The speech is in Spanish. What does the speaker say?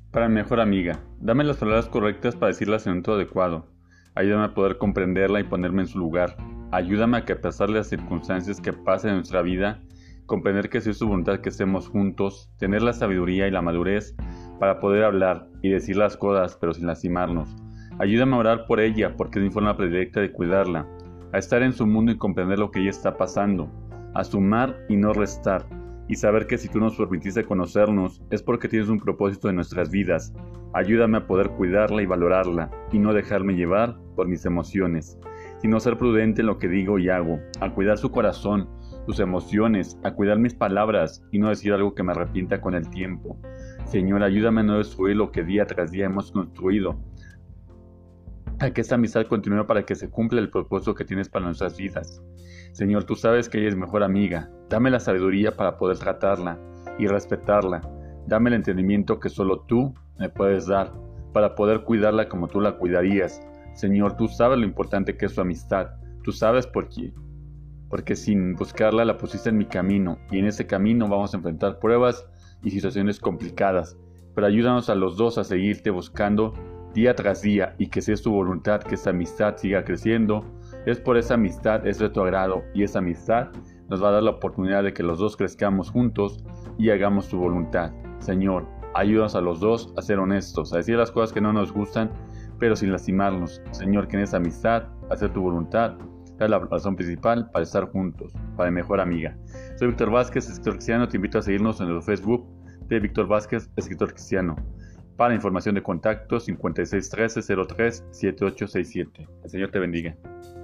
Para mi mejor amiga, dame las palabras correctas para decirlas en un tono adecuado. Ayúdame a poder comprenderla y ponerme en su lugar. Ayúdame a que a pesar de las circunstancias que pasen en nuestra vida, comprender que si es su voluntad que estemos juntos, tener la sabiduría y la madurez para poder hablar y decir las cosas pero sin lastimarnos. Ayúdame a orar por ella porque es mi forma predilecta de cuidarla, a estar en su mundo y comprender lo que ella está pasando, a sumar y no restar. Y saber que si tú nos permitiste conocernos es porque tienes un propósito en nuestras vidas. Ayúdame a poder cuidarla y valorarla, y no dejarme llevar por mis emociones, sino ser prudente en lo que digo y hago, a cuidar su corazón, sus emociones, a cuidar mis palabras y no decir algo que me arrepienta con el tiempo. Señor, ayúdame a no destruir lo que día tras día hemos construido, a que esta amistad continúe para que se cumpla el propósito que tienes para nuestras vidas. Señor, tú sabes que ella es mejor amiga. Dame la sabiduría para poder tratarla y respetarla. Dame el entendimiento que solo tú me puedes dar para poder cuidarla como tú la cuidarías. Señor, tú sabes lo importante que es su amistad. Tú sabes por qué. Porque sin buscarla la pusiste en mi camino y en ese camino vamos a enfrentar pruebas y situaciones complicadas. Pero ayúdanos a los dos a seguirte buscando día tras día y que sea tu voluntad que esta amistad siga creciendo. Es por esa amistad, es de tu agrado y esa amistad nos va a dar la oportunidad de que los dos crezcamos juntos y hagamos tu voluntad. Señor, ayúdanos a los dos a ser honestos, a decir las cosas que no nos gustan, pero sin lastimarnos. Señor, que en esa amistad, hacer tu voluntad, es la razón principal para estar juntos, para mi mejor amiga. Soy Víctor Vázquez, escritor cristiano. Te invito a seguirnos en el Facebook de Víctor Vázquez, escritor cristiano. Para información de contacto, 5613-03-7867. El Señor te bendiga.